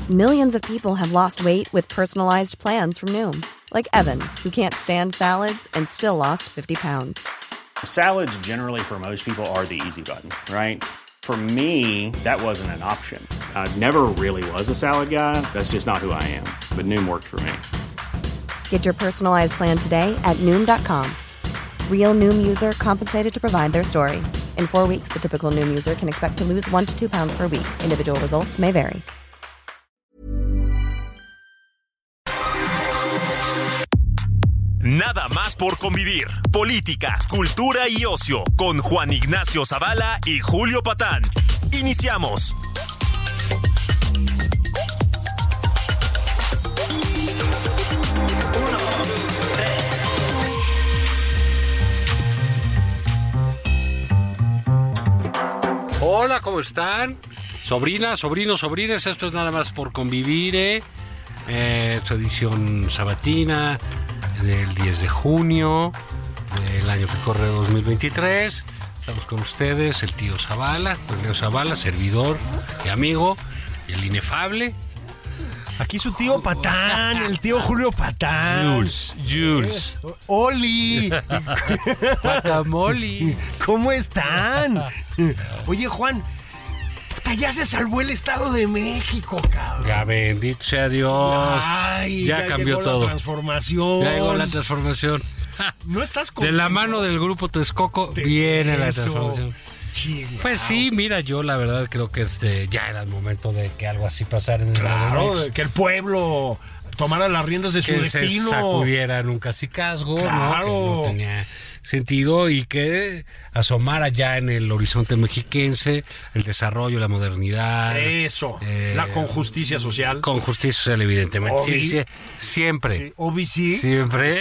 Millions of people have lost weight with personalized plans from Noom. Like Evan, who can't stand salads and still lost 50 pounds. Salads generally for most people are the easy button, right? For me, that wasn't an option. I never really was a salad guy. That's just not who I am. But Noom worked for me. Get your personalized plan today at Noom.com. Real Noom user compensated to provide their story. In 4 weeks, the typical Noom user can expect to lose 1 to 2 pounds per week. Individual results may vary. Nada más por convivir. Política, cultura y ocio con Juan Ignacio Zavala y Julio Patán. Iniciamos. Hola, ¿cómo están? Sobrinas, sobrinos, sobrines, esto es Nada más por convivir, su edición sabatina del 10 de junio del año que corre 2023. Estamos con ustedes, el tío Zavala, Julio Zavala, servidor y amigo, y el inefable. Aquí su tío Patán, el tío Julio Patán. Jules. ¡Oli! Guacamole. ¿Cómo están? Oye, Juan, puta, ya se salvó el Estado de México, cabrón. Ya bendito sea Dios. Ay, ya cambió llegó todo. La transformación. Ya llegó la transformación. No estás De contento. la mano del grupo Texcoco viene la transformación. Chingao. Pues sí, mira, yo la verdad creo que ya era el momento de que algo así pasara en el Claro, Edomex. que el pueblo tomara las riendas de su Que destino. se sacudiera en un cacicazgo, Claro. ¿no? Que no tenía sentido y que asomara ya en el horizonte mexiquense el desarrollo, la modernidad. Eso, con justicia social. Con justicia social, evidentemente. Obvi. Sí, siempre. Sí, OBC. Siempre.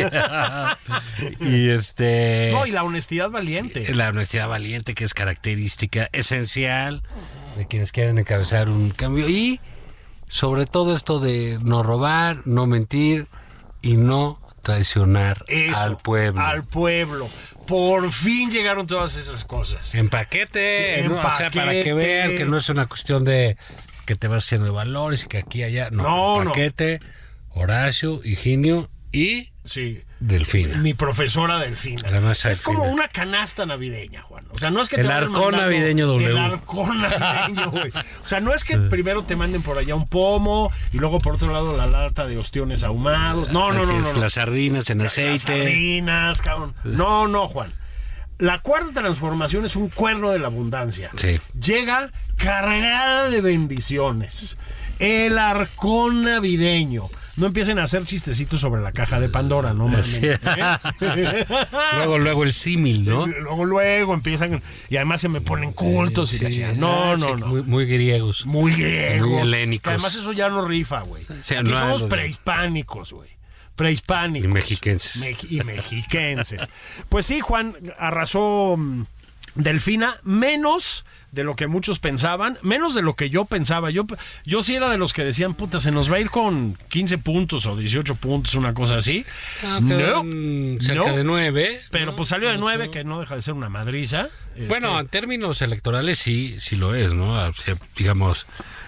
Y No, y la honestidad valiente. la honestidad valiente, que es característica esencial de quienes quieren encabezar un cambio. Y sobre todo esto de no robar, no mentir y no traicionar Eso, al pueblo. Al pueblo. Por fin llegaron todas esas cosas. En paquete, Sí, ¿no? O sea, para que vean que no es una cuestión de que te vas haciendo de valores y que aquí y allá. No, paquete, Horacio, Higinio y Sí. Delfina. Mi profesora Delfina. La maestra Es Delfina. como una canasta navideña, Juan. O sea, no es que El te vayan arcón mandando- navideño W. El arcón navideño, güey. O sea, no es que primero te manden por allá un pomo y luego por otro lado la lata de ostiones ahumados. No. Las sardinas en aceite. Las sardinas, cabrón. No, Juan. La cuarta transformación es un cuerno de la abundancia. Sí. Llega cargada de bendiciones. El arcón navideño. No empiecen a hacer chistecitos sobre la caja de Pandora, no mames. Sí. Luego el símil, ¿no? Luego empiezan y además se me ponen cultos y Sí. decían, no. Muy griegos. Muy griegos. Muy helénicos. Que además eso ya no rifa, güey. Sí, Aquí no, somos lo de- prehispánicos, güey. Prehispánicos. Y mexiquenses. Y mexiquenses. Pues sí, Juan, arrasó Delfina, menos de lo que muchos pensaban, menos de lo que yo pensaba. Yo sí era de los que decían, puta, se nos va a ir con 15 puntos o 18 puntos, una cosa así. Cerca de 9. Pero pues salió de 9, que no deja de ser una madriza. Bueno, en términos electorales sí lo es, ¿no? O sea, digamos,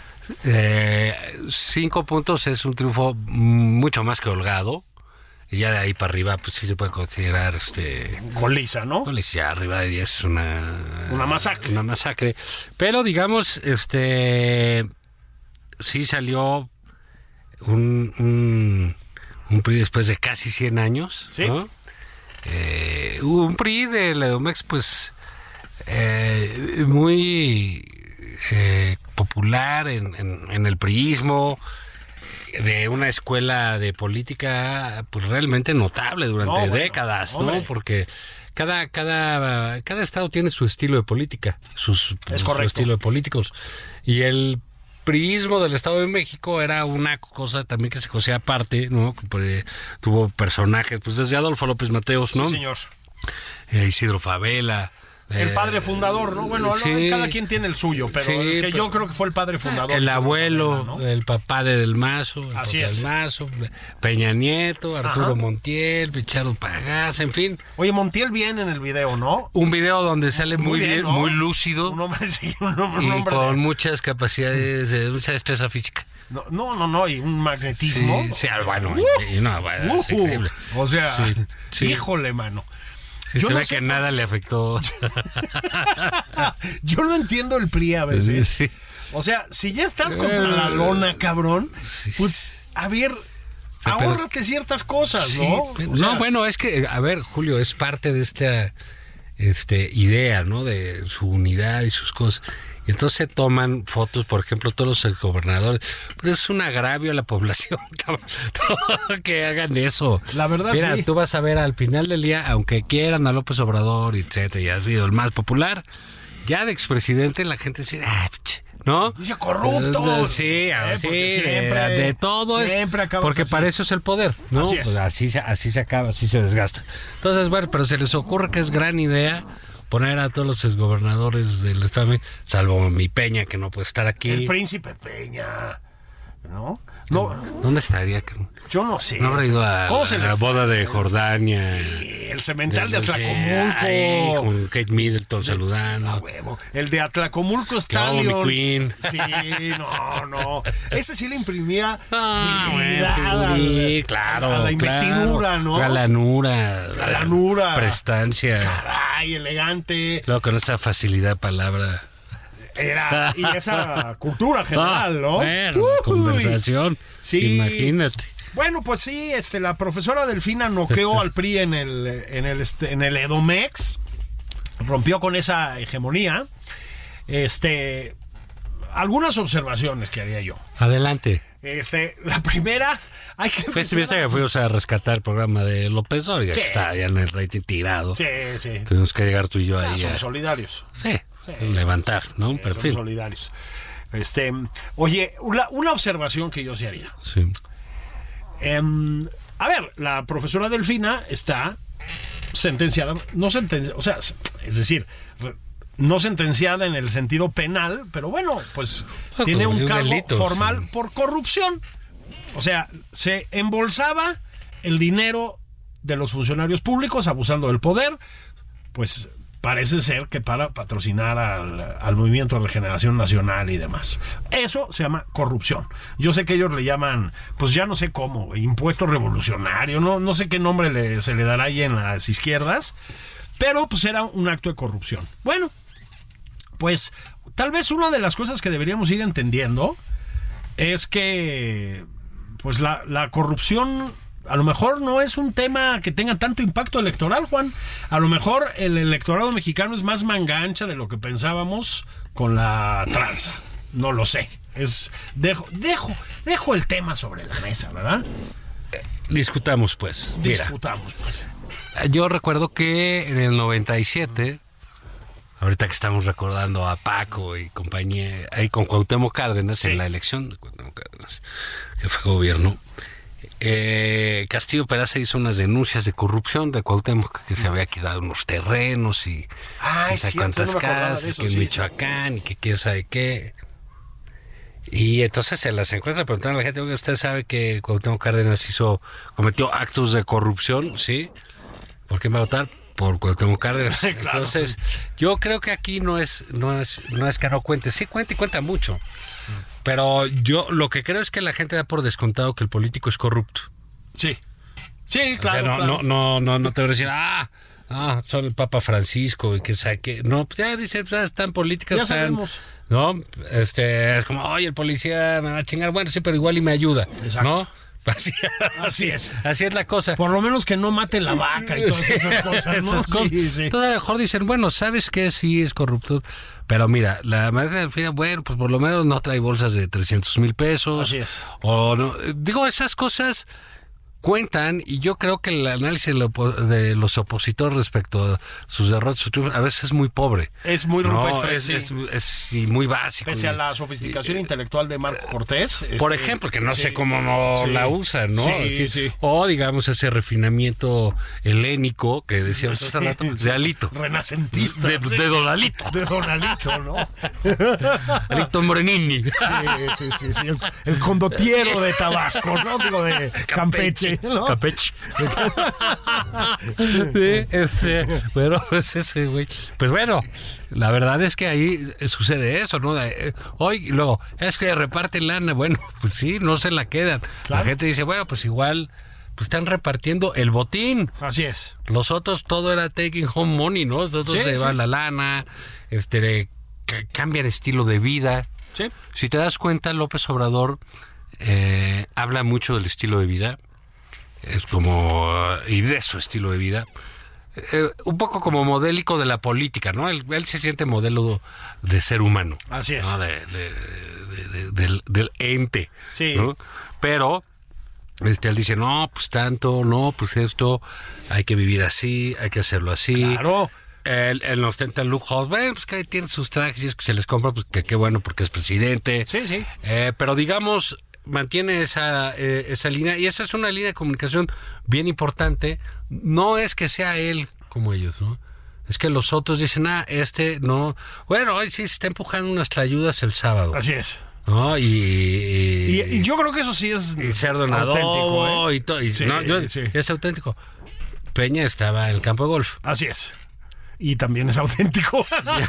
5 puntos es un triunfo mucho más que holgado. Y ya de ahí para arriba, pues sí se puede considerar goliza, ¿no? Ya arriba de 10 es una masacre. Una masacre. Pero digamos, sí salió un PRI después de casi 100 años, ¿sí? ¿no? Un PRI de Edomex, pues, muy popular en el priismo, de una escuela de política pues realmente notable durante décadas, ¿no? Hombre. Porque cada estado tiene su estilo de política, su estilo de políticos. Y el priismo del Estado de México era una cosa también que se conocía aparte, ¿no? Tuvo personajes, pues desde Adolfo López Mateos, ¿no? Sí, señor. Isidro Fabela, El padre fundador, ¿no? Bueno, sí. cada quien tiene el suyo, pero Sí, el que pero- yo creo que fue el padre fundador. El abuelo, ¿no? el papá de Del Mazo, el Así papá es. Del Mazo, Peña Nieto, Arturo Ajá. Montiel, Pichardo Pagás, en fin. Oye, Montiel bien en el video, ¿no? Un video donde sale muy bien, ¿no? muy lúcido Un hombre, sí, un y hombre con de- muchas capacidades, mucha destreza física. No, y un magnetismo. Sí, bueno, bueno, es increíble. O sea, Sí, sí. híjole, mano. Sí, Yo se no ve sé que por- nada le afectó. Yo no entiendo el PRI a veces. Sí. O sea, si ya estás contra la lona, cabrón, pues, a ver, pero- ahórrate ciertas cosas, Sí, ¿no? pero- O sea, no, bueno, es que, a ver, Julio, es parte de esta idea, ¿no? De su unidad y sus cosas. Y entonces se toman fotos, por ejemplo, todos los gobernadores. Pues es un agravio a la población, cabrón. No, que hagan eso. La verdad, Mira, sí. tú vas a ver al final del día, aunque quieran a López Obrador, etcétera, y ha sido el más popular, ya de expresidente la gente dice, ¿no? Dice corrupto. Sí, Porque sí, siempre- de todo siempre es. acabas Porque así. para eso es el poder, ¿no? Así es. Pues así se acaba, así se desgasta. Entonces, bueno, pero se les ocurre que es gran idea poner a todos los exgobernadores del estado, salvo mi Peña, que no puede estar aquí. El príncipe Peña, ¿no? No, ¿Dónde estaría? yo no sé. No habrá ido a ¿Cómo se la les- boda de Jordania. El cemental de Sí, Atlacomulco. ahí, con Kate Middleton A saludando. huevo. El de Atlacomulco Que Stallion. mi Queen. Sí, no. Ese sí le imprimía Bueno, dignidad sí, claro. a la investidura, claro. ¿no? Galanura. Prestancia. Caray, elegante. Luego con esa facilidad de palabra. Y esa cultura general, ¿no? Bueno, Uy. conversación. Sí. Imagínate. Bueno, pues sí, la profesora Delfina noqueó al PRI en el Edomex, rompió con esa hegemonía. Algunas observaciones que haría yo. Adelante. La primera, hay que Viste que fuimos a rescatar el programa de López Dóriga, Sí, que está ya en el rating tirado. Sí. Tuvimos que llegar tú y yo ahí Somos a solidarios. levantar, ¿no? Un Somos perfil. solidarios. Oye, una observación que yo sí haría. Sí. A ver, la profesora Delfina está sentenciada, o sea, es decir, no sentenciada en el sentido penal, pero bueno, pues tiene un un cargo delito, formal sí. por corrupción. O sea, se embolsaba el dinero de los funcionarios públicos abusando del poder, pues parece ser que para patrocinar al Movimiento de Regeneración Nacional y demás. Eso se llama corrupción. Yo sé que ellos le llaman, pues ya no sé cómo, impuesto revolucionario, no sé qué nombre se le dará ahí en las izquierdas, pero pues era un acto de corrupción. Bueno, pues tal vez una de las cosas que deberíamos ir entendiendo es que pues la corrupción a lo mejor no es un tema que tenga tanto impacto electoral, Juan. A lo mejor el electorado mexicano es más manga ancha de lo que pensábamos con la tranza. No lo sé. Dejo el tema sobre la mesa, ¿verdad? Discutamos, pues. Mira, Disputamos, pues. yo recuerdo que en el 97, ahorita que estamos recordando a Paco y compañía, ahí con Cuauhtémoc Cárdenas, Sí. en la elección de Cuauhtémoc Cárdenas, que fue gobierno, Castillo Peraza hizo unas denuncias de corrupción de Cuauhtémoc, que se había quedado unos terrenos y Ah, es quién sabe cierto, cuántas no me acordaba de casas, eso, que en sí, Michoacán y que quién sabe qué. Y entonces en las encuestas le preguntaron a la gente: oye, ¿usted sabe que Cuauhtémoc Cárdenas cometió actos de corrupción? ¿Sí? ¿Por qué me va a votar? Por Cuauhtémoc Cárdenas. Claro. Entonces, yo creo que aquí no es que no cuente. Sí cuenta y cuenta mucho. Pero yo lo que creo es que la gente da por descontado que el político es corrupto. Sí. Sí, O sea, claro. no te voy a decir, son el Papa Francisco y que sabe que. No, pues ya dice, pues, están políticas. Ya están, sabemos. ¿no? Es como, oye, el policía me va a chingar. Bueno, sí, pero igual y me ayuda. Exacto. ¿No? Así es. Así es la cosa. Por lo menos que no mate la vaca y todas esas cosas, ¿no? Esas cosas. Sí. Entonces a lo mejor dicen, bueno, ¿sabes qué? Sí es corrupto. Pero mira, la maestra Delfina, bueno, pues por lo menos no trae bolsas de 300,000 pesos. Así es. O no, digo, esas cosas cuentan, y yo creo que el análisis de los opositores respecto a sus derrotas, sus triunfos, a veces es muy pobre. Es muy rupestre, es muy básico. Pese a la sofisticación intelectual de Marco Cortés. Por ejemplo, que no sé cómo no la usan, ¿no? Sí. O, digamos, ese refinamiento helénico que decíamos hace rato, de Alito. Renacentista. De Don Alito. De Don Alito, ¿no? Alito Morenini. Sí. El condottiero de Tabasco, ¿no? Digo, de Campeche, ¿no? Campeche. Sí, bueno, pues ese güey. Pues bueno, la verdad es que ahí sucede eso, ¿no? Hoy, y luego, es que reparten lana. Bueno, pues sí, no se la quedan. Claro. La gente dice, bueno, pues igual, pues están repartiendo el botín. Así es. Los otros todo era taking home money, ¿no? Los otros se llevan la lana, cambian estilo de vida. Sí. Si te das cuenta, López Obrador habla mucho del estilo de vida, es como y de su estilo de vida, un poco como modélico de la política, ¿no? Él se siente modelo de ser humano. Así es. ¿No? Del ente. Sí. ¿No? Pero él dice, no, pues tanto, no, pues esto, hay que vivir así, hay que hacerlo así. Claro. Él no ostenta lujos, bueno, pues que tiene sus trajes y es que se les compra, pues que qué bueno porque es presidente. Sí. Pero digamos, mantiene esa línea, y esa es una línea de comunicación bien importante. No es que sea él como ellos, ¿no? Es que los otros dicen, no. Bueno, hoy sí se está empujando unas tlayudas el sábado. Así es. ¿No? Y yo creo que eso sí es y ser donador, auténtico, ¿eh? y todo. Sí. Es auténtico. Peña estaba en el campo de golf. Así es. Y también es auténtico.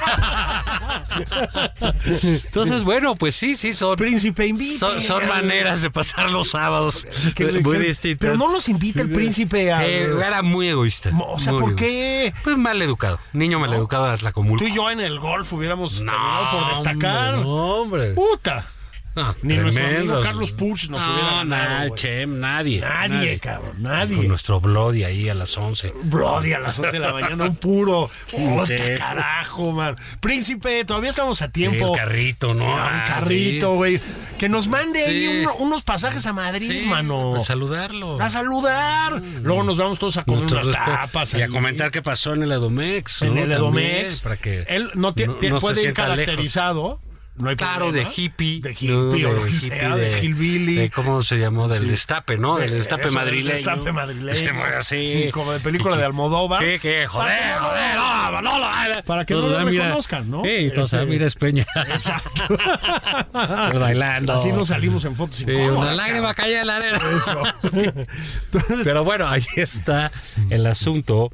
Entonces, bueno, pues sí, son Príncipe invita. Son maneras de pasar los sábados muy distintas. Pero no los invita el príncipe a... Era muy egoísta. O sea, ¿por qué? Pues mal educado. Niño mal educado a la Acapulco. Tú y yo en el golf hubiéramos terminado por destacar. No, hombre. Puta. No, Ni nuestro amigo tremendos. Carlos Puch nos hubiera ganado, güey. Nadie, cabrón, nadie. Con nuestro Bloody ahí a las 11. Bloody a las 11 de la mañana, un puro. Puta, Sí. carajo, man. Príncipe, todavía estamos a tiempo. Sí, el carrito, ¿no? Un carrito, güey. Que nos mande Sí. ahí unos pasajes a Madrid, Sí, mano. pues saludarlo. A saludar. Luego nos vamos todos a comer Nosotros unas tapas. y a ahí. comentar qué pasó en el Edomex. En ¿no? el Edomex. También, para que él no se puede ir sienta lejos. caracterizado. No hay Claro, problema. de hippie. De hippie, o lo que sea, de hillbilly. ¿Cómo se llamó? Del destape, ¿no? Del destape Eso, madrileño. Del destape madrileño. Se mueve así. Y como de película de Almodóvar. Sí, que joder, Para que no lo reconozcan, ¿no? Sí, entonces, mira, es Peña. Exacto. Bailando. Así nos salimos en fotos Sí, incómodas, una lágrima cae en la arena. Eso. Entonces, Pero bueno, ahí está el asunto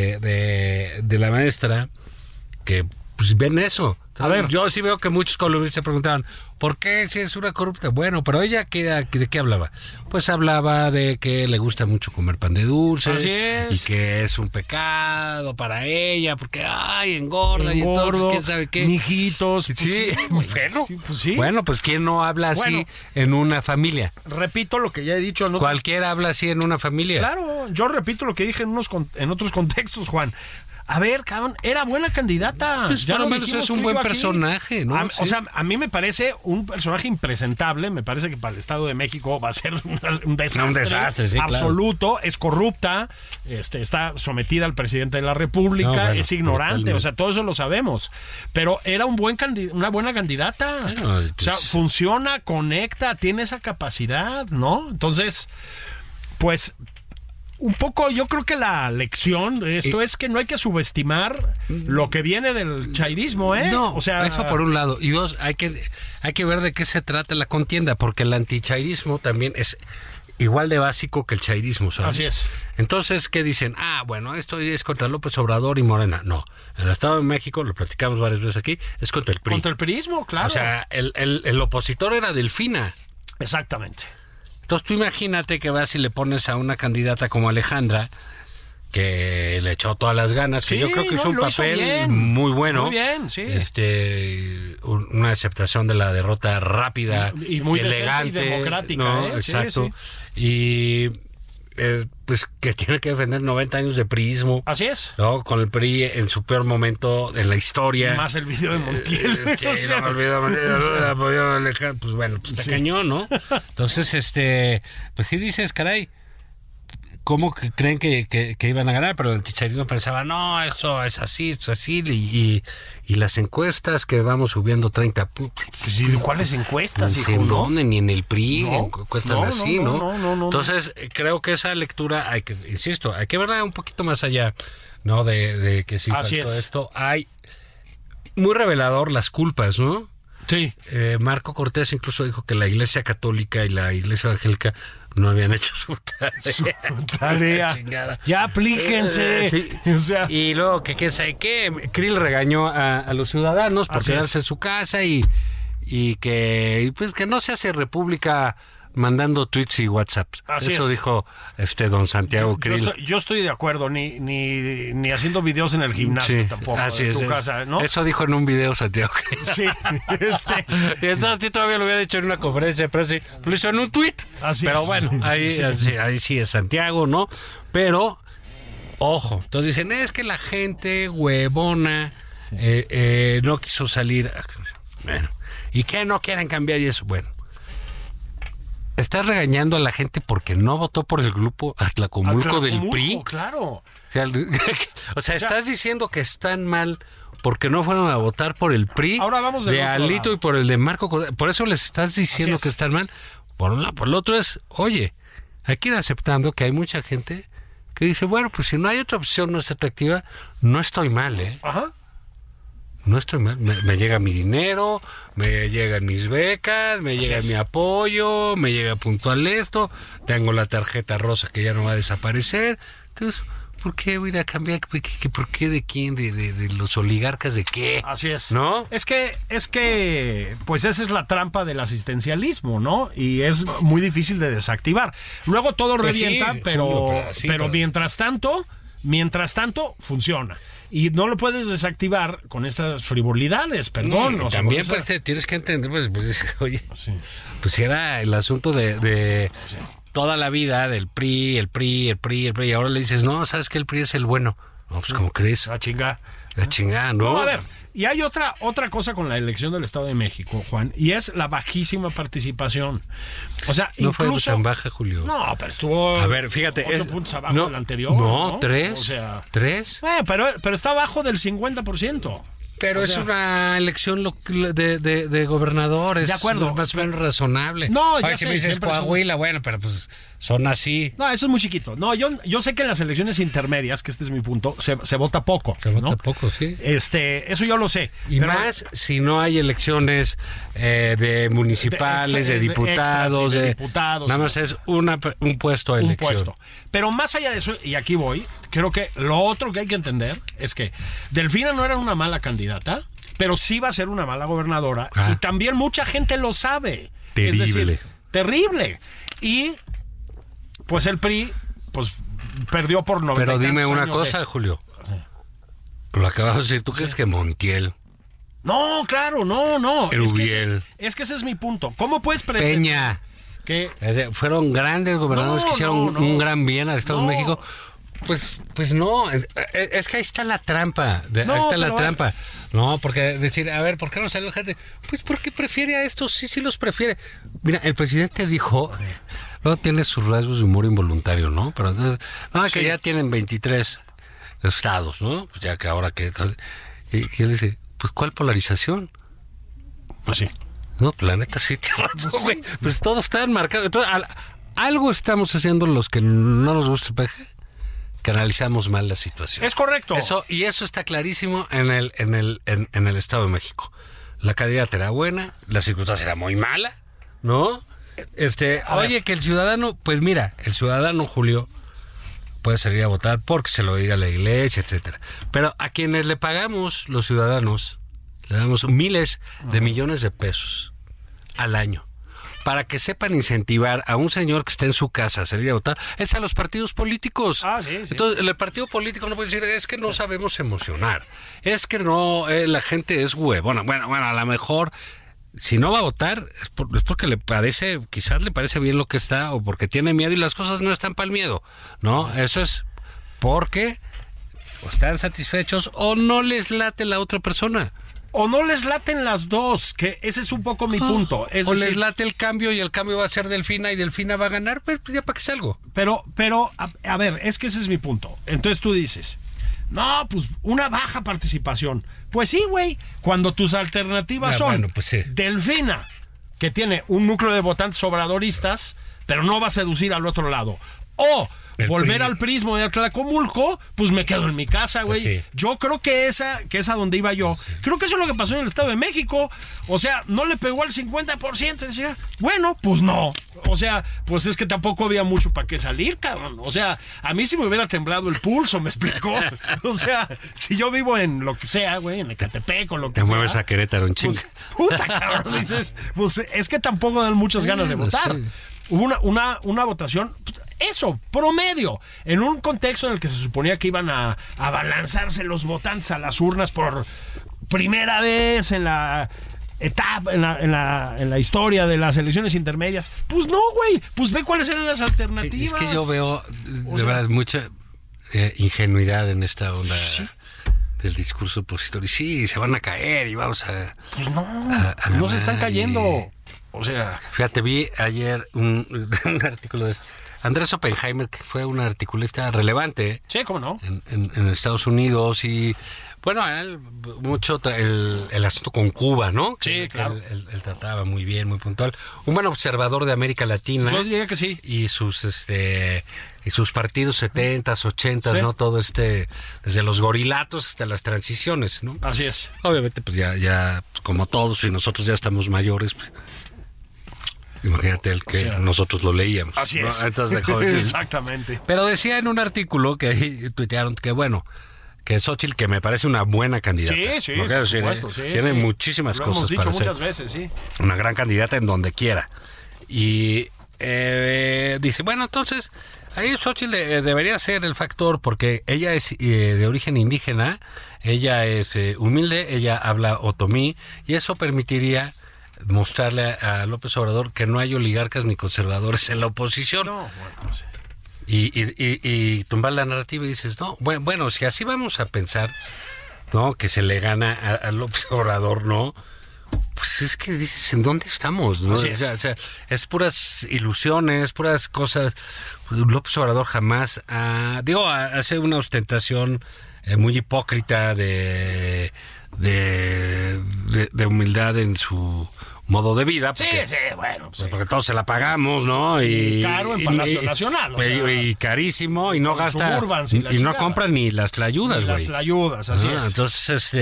de la maestra, que pues ven eso. A ver. Yo sí veo que muchos columnistas se preguntaban, ¿por qué si es una corrupta? Bueno, pero ella, ¿de qué hablaba? Pues hablaba de que le gusta mucho comer pan de dulce. Así es. Y que es un pecado para ella, porque, engorda y entonces, ¿quién sabe qué? Mijitos. Sí, bueno. Sí, pues sí. Bueno, pues ¿quién no habla así Bueno. en una familia? Repito lo que ya he dicho. Cualquiera habla así en una familia. Claro, yo repito lo que dije en otros contextos, Juan. A ver, cabrón, era buena candidata. Pues Ya por lo lo menos dijimos es un tú y buen yo aquí. personaje, ¿no? O sea, a mí me parece un personaje impresentable. Me parece que para el Estado de México va a ser un desastre. Un desastre, sí, absoluto. Claro. Es corrupta, está sometida al presidente de la República, No, bueno, es ignorante. totalmente. O sea, todo eso lo sabemos. Pero era una buena candidata. Bueno, pues, o sea, funciona, conecta, tiene esa capacidad, ¿no? Entonces, pues... Un poco, yo creo que la lección de esto es que no hay que subestimar lo que viene del chairismo, ¿eh? No, o sea, eso por un lado. Y dos, hay que ver de qué se trata la contienda, porque el antichairismo también es igual de básico que el chairismo, ¿sabes? Así es. Entonces, ¿qué dicen? Bueno, esto es contra López Obrador y Morena. No, en el Estado de México, lo platicamos varias veces aquí, es contra el PRI. Contra el priismo, claro. O sea, el opositor era Delfina. Exactamente. Entonces tú imagínate que vas y le pones a una candidata como Alejandra, que le echó todas las ganas, Sí, que yo creo que hizo un lo hizo papel bien. muy bueno. Muy bien, sí. Una aceptación de la derrota rápida, Y muy elegante, decente y democrática, ¿no? ¿eh? Sí, Exacto. sí. Y pues que tiene que defender 90 años de priismo. Así es. ¿No? Con el PRI en su peor momento de la historia. Más el video de Montiel. Que O sea, no me olvido, apoyó a Alejandra, pues bueno, pues está Sí. cañón, ¿no? Entonces, pues sí dices, caray, ¿cómo que creen que iban a ganar? Pero el Chicharito pensaba, no, eso es así, y las encuestas que vamos subiendo 30 puntos. Pues, ¿y cuáles encuestas, No hijo? sé en ¿no? dónde, ni en el PRI, No, encuestas no, así, no. Entonces, creo que esa lectura hay que verla un poquito más allá, ¿no? De que si Así faltó es. esto, hay muy revelador las culpas, ¿no? Sí. Marco Cortés incluso dijo que la Iglesia Católica y la Iglesia Evangélica no habían hecho su Tarea. Chingada. Ya aplíquense. Sí. O sea, Y luego que quién sabe qué, Krill regañó a los ciudadanos por Así quedarse es. en su casa y que pues que no se hace república mandando tweets y WhatsApps. Así Eso es. dijo don Santiago Krill. yo estoy de acuerdo, ni haciendo videos en el gimnasio Sí, tampoco, así en es. tu casa, ¿no? Eso dijo en un video Santiago Krill. Sí, Y entonces yo todavía lo hubiera dicho en una conferencia de prensa, lo hizo en un tweet. Así Pero es. bueno, ahí sí es Santiago, ¿no? Pero, ojo, entonces dicen, es que la gente huevona no quiso salir. Bueno, ¿y qué no quieren cambiar? Y eso, bueno. Estás regañando a la gente porque no votó por el grupo Atlacomulco del PRI. Claro. O sea, estás diciendo que están mal porque no fueron a votar por el PRI, Ahora vamos del de otro Alito lado. y por el de Marco Cortés. Por eso les estás diciendo Así es. que están mal. Por un lado, por el otro es, oye, hay que ir aceptando que hay mucha gente que dice, bueno, pues si no hay otra opción más atractiva, no estoy mal, ¿eh? Ajá. No estoy mal. Me llega mi dinero, me llegan mis becas, me llega es. mi apoyo, me llega puntual esto, tengo la tarjeta rosa que ya no va a desaparecer. Entonces, ¿por qué voy a ir a cambiar? ¿Por qué de quién? ¿De los oligarcas de qué? Así es. ¿No? Es que, pues esa es la trampa del asistencialismo, ¿no? Y es muy difícil de desactivar. Luego todo Pues revienta, sí, pero Julio, pero mientras tanto, funciona. Y no lo puedes desactivar con estas frivolidades, perdón. Y o sea, también con esa- pues tienes que entender, pues oye, pues era el asunto de toda la vida del PRI, y ahora le dices, no, ¿sabes que el PRI es el bueno? No, pues ¿cómo crees? Ah, chinga. La chingada, ¿no? No, a ver, y hay otra cosa con la elección del Estado de México, Juan, y es la bajísima participación. O sea, No fue incluso... tan baja, Julio. No, pero estuvo... A ver, fíjate, 8 puntos abajo no, del anterior. No, 3. O sea... 3. Pero está abajo del 50%. Pero O es sea, una elección de gobernadores. De acuerdo. Más o menos razonable. No, ya Oye, si sé, me dices siempre son- Coahuila, bueno, pero pues son así. No, eso es muy chiquito. No, yo sé que en las elecciones intermedias, que este es mi punto, se vota poco. Se vota ¿no? poco, sí. Eso yo lo sé. Y pero- más si no hay elecciones de municipales, de de diputados. extras y de diputados. Nada más es un puesto de un elección. puesto. Pero más allá de eso, y aquí voy, creo que lo otro que hay que entender es que Delfina no era una mala candidata, pero sí va a ser una mala gobernadora. Ah. Y también mucha gente lo sabe. Terrible. Es decir, terrible. Y pues el PRI pues perdió por 90 Pero y dime tantos una años cosa, Julio. Lo acabas de decir, ¿tú crees que Montiel, No, claro, no. Erubiel, Es que ese es mi punto. ¿Cómo puedes pretender Peña, que... fueron grandes gobernadores que hicieron no. un gran bien al Estado No. de México? Pues no, es que ahí está la trampa, No, ahí está la pero- trampa. No, porque decir, a ver, ¿por qué no salió gente? Pues porque prefiere a estos, sí los prefiere. Mira, el presidente dijo, luego tiene sus rasgos de humor involuntario, ¿no? Pero entonces, no, que Sí. ya tienen 23 estados, ¿no? Pues ya que ahora que... Y él dice, pues ¿cuál polarización? Pues sí. No, la neta sí tiene razón, güey. Pues todo está enmarcado. Entonces, algo estamos haciendo los que no nos gusta el peje, que analizamos mal la situación. Es correcto. Eso está clarísimo en el Estado de México. La calidad era buena, la circunstancia era muy mala, ¿no? Oye, que el ciudadano, pues mira, el ciudadano, Julio, puede salir a votar porque se lo diga la iglesia, etcétera. Pero a quienes le pagamos, los ciudadanos, le damos miles de millones de pesos al año para que sepan incentivar a un señor que está en su casa a salir a votar, es a los partidos políticos. Ah, sí. Entonces, el partido político no puede decir, es que no sabemos emocionar, es que no, la gente es huevona. Bueno, a lo mejor, si no va a votar, es porque quizás le parece bien lo que está, o porque tiene miedo y las cosas no están para el miedo, ¿no? Eso es porque o están satisfechos o no les late la otra persona. o no les laten las dos, que ese es un poco mi punto. Es o decir, les late el cambio y el cambio va a ser Delfina y Delfina va a ganar, pues ya para qué salgo. Pero a ver, es que ese es mi punto. Entonces tú dices, no, pues una baja participación. Pues sí, güey, cuando tus alternativas son bueno, pues sí. Delfina, que tiene un núcleo de votantes obradoristas, pero no va a seducir al otro lado, o volver al prismo de Atlacomulco, pues me quedo en mi casa, güey. Pues sí. Yo creo que esa a donde iba yo. Sí. Creo que eso es lo que pasó en el Estado de México. O sea, no le pegó al 50%. Decía, bueno, pues no. O sea, pues es que tampoco había mucho para qué salir, cabrón. O sea, a mí sí me hubiera temblado el pulso, ¿me explicó? O sea, si yo vivo en lo que sea, güey, en Ecatepec o lo que sea. Te mueves a Querétaro en chinga. Pues, puta, cabrón, dices, pues es que tampoco dan muchas ganas de votar. Sí. Hubo una votación, eso, promedio, en un contexto en el que se suponía que iban a abalanzarse los votantes a las urnas por primera vez en la etapa, en la historia de las elecciones intermedias. Pues no, güey, pues ve cuáles eran las alternativas. Es que yo veo, de verdad, mucha ingenuidad en esta onda. ¿Sí? Del discurso opositor. Y sí, se van a caer y vamos a... Pues no se están cayendo. O sea... Fíjate, vi ayer un artículo de Andrés Oppenheimer, que fue un articulista relevante. Sí, ¿cómo no? En Estados Unidos y... Bueno, él mucho el asunto con Cuba, ¿no? Sí, claro. Él trataba muy bien, muy puntual. Un buen observador de América Latina. Yo diría que sí. Y sus partidos 70s, 80s, sí. ¿No? Todo desde los gorilatos hasta las transiciones, ¿no? Así es. Obviamente, pues ya como todos y nosotros ya estamos mayores, pues, imagínate el que nosotros lo leíamos. Así ¿no? es. Entonces, exactamente. Pero decía en un artículo que ahí tuitearon que, bueno, que Xóchitl, que me parece una buena candidata. Sí, por supuesto, tiene muchísimas lo cosas hemos dicho para muchas ser veces, sí. Una gran candidata en donde quiera. Y dice, bueno, entonces, ahí Xóchitl debería ser el factor porque ella es de origen indígena, ella es humilde, ella habla otomí y eso permitiría mostrarle a López Obrador que no hay oligarcas ni conservadores en la oposición. No, bueno, no sé. Y tumbar la narrativa y dices, no, bueno, si así vamos a pensar, ¿no? Que se le gana a López Obrador, ¿no? Pues es que dices, ¿en dónde estamos? ¿No? Así es. O sea, es puras ilusiones, puras cosas. López Obrador jamás hace una ostentación muy hipócrita de humildad en su modo de vida. Porque, sí, bueno. Pues porque todos se la pagamos, ¿no? Y caro en Palacio Nacional. O sea, y carísimo, y no gasta. Y no compra ni las tlayudas, güey. Las tlayudas, así es. Entonces,